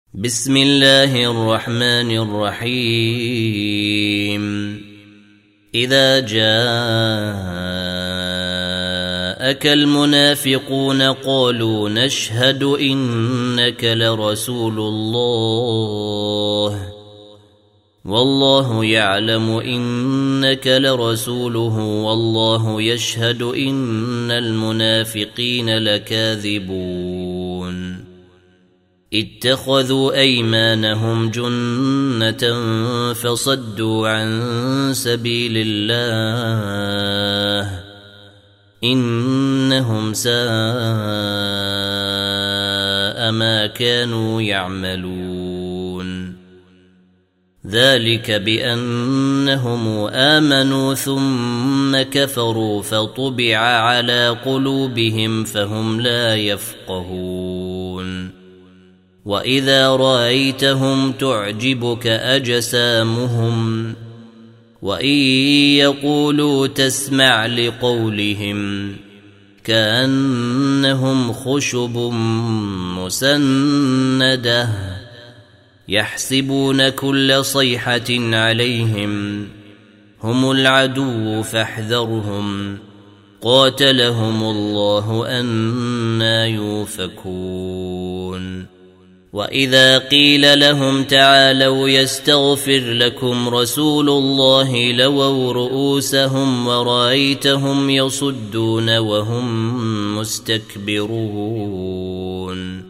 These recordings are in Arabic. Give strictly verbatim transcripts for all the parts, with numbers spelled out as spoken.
بسم الله الرحمن الرحيم إذا جاءك المنافقون قالوا نشهد إنك لرسول الله والله يعلم إنك لرسوله والله يشهد إن المنافقين لكاذبون اتخذوا أيمانهم جنة فصدوا عن سبيل الله إنهم ساء ما كانوا يعملون ذلك بأنهم آمنوا ثم كفروا فطبع على قلوبهم فهم لا يفقهون وإذا رأيتهم تعجبك أجسامهم وإن يقولوا تسمع لقولهم كأنهم خشب مسندة يحسبون كل صيحة عليهم هم العدو فاحذرهم قاتلهم الله أنى يؤفكون وإذا قيل لهم تعالوا يستغفر لكم رسول الله لووا رؤوسهم ورأيتهم يصدون وهم مستكبرون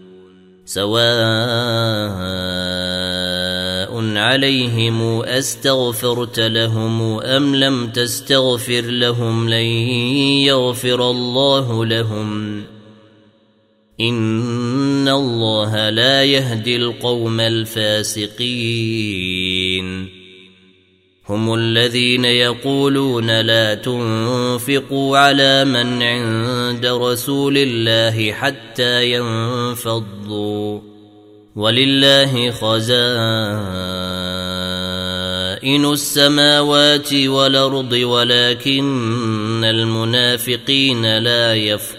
سواء عليهم أستغفرت لهم أم لم تستغفر لهم لن يغفر الله لهم إن الله لا يهدي القوم الفاسقين هم الذين يقولون لا تنفقوا على من عند رسول الله حتى ينفضوا ولله خزائن السماوات والأرض ولكن المنافقين لا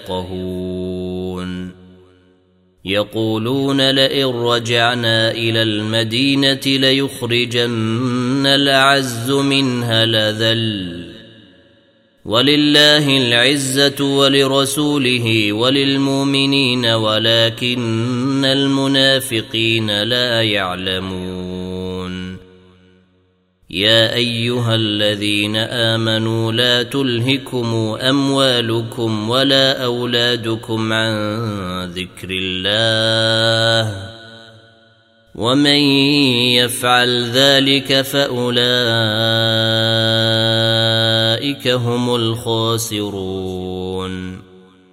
يفقهون يقولون لئن رجعنا إلى المدينة ليخرجن الأعز منها الأذل ولله العزة ولرسوله وللمؤمنين ولكن المنافقين لا يعلمون يا أيها الذين آمنوا لا تلهكم أموالكم ولا أولادكم عن ذكر الله ومن يفعل ذلك فأولئك هم الخاسرون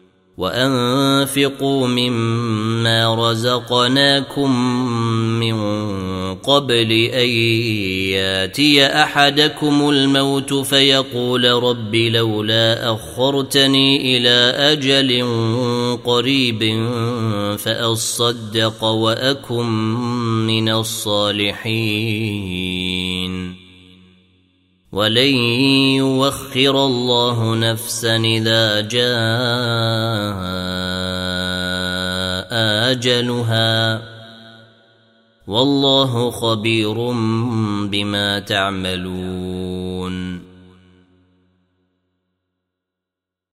وأنفقوا مما رزقناكم من قبل أن ياتي أحدكم الموت فيقول رب لولا أخرتني إلى أجل قريب فأصدق وأكن من الصالحين ولن يوخر الله نفسا إذا جاء أجلها والله خبير بما تعملون